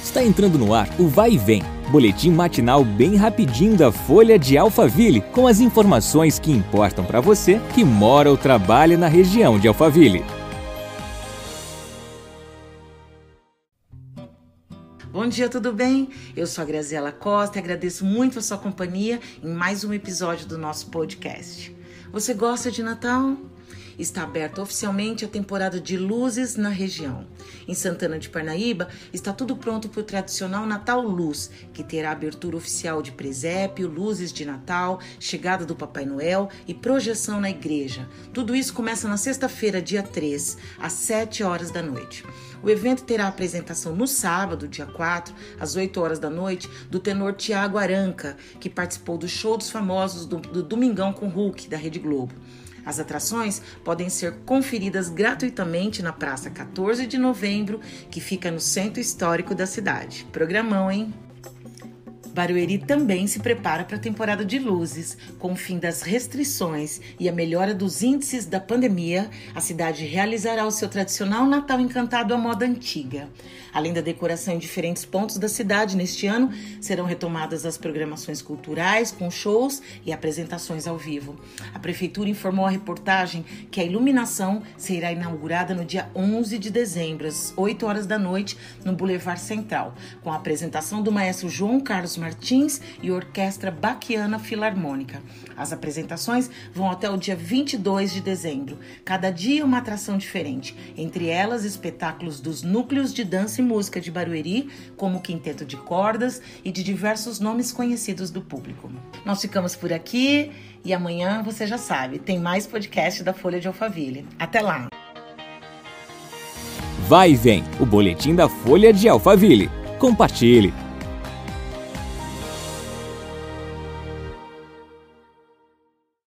Está entrando no ar o Vai e Vem, boletim matinal bem rapidinho da Folha de Alphaville, com as informações que importam para você que mora ou trabalha na região de Alphaville. Bom dia, tudo bem? Eu sou a Graziela Costa e agradeço muito a sua companhia em mais um episódio do nosso podcast. Você gosta de Natal? Está aberta oficialmente a temporada de luzes na região. Em Santana de Parnaíba, está tudo pronto para o tradicional Natal Luz, que terá abertura oficial de presépio, luzes de Natal, chegada do Papai Noel e projeção na igreja. Tudo isso começa na sexta-feira, dia 3, às 7 horas da noite. O evento terá apresentação no sábado, dia 4, às 8 horas da noite, do tenor Tiago Aranca, que participou do Show dos Famosos do Domingão com Hulk, da Rede Globo. As atrações podem ser conferidas gratuitamente na Praça 14 de Novembro, que fica no centro histórico da cidade. Programão, hein? Barueri também se prepara para a temporada de luzes. Com o fim das restrições e a melhora dos índices da pandemia, a cidade realizará o seu tradicional Natal Encantado à moda antiga. Além da decoração em diferentes pontos da cidade, neste ano serão retomadas as programações culturais, com shows e apresentações ao vivo. A Prefeitura informou à reportagem que a iluminação será inaugurada no dia 11 de dezembro, às 8 horas da noite, no Boulevard Central, com a apresentação do maestro João Carlos Martins e Orquestra Baquiana Filarmônica. As apresentações vão até o dia 22 de dezembro. Cada dia uma atração diferente, entre elas espetáculos dos núcleos de dança e música de Barueri, como o Quinteto de Cordas e de diversos nomes conhecidos do público. Nós ficamos por aqui e amanhã, você já sabe, tem mais podcast da Folha de Alphaville. Até lá! Vai e Vem, o boletim da Folha de Alphaville. Compartilhe!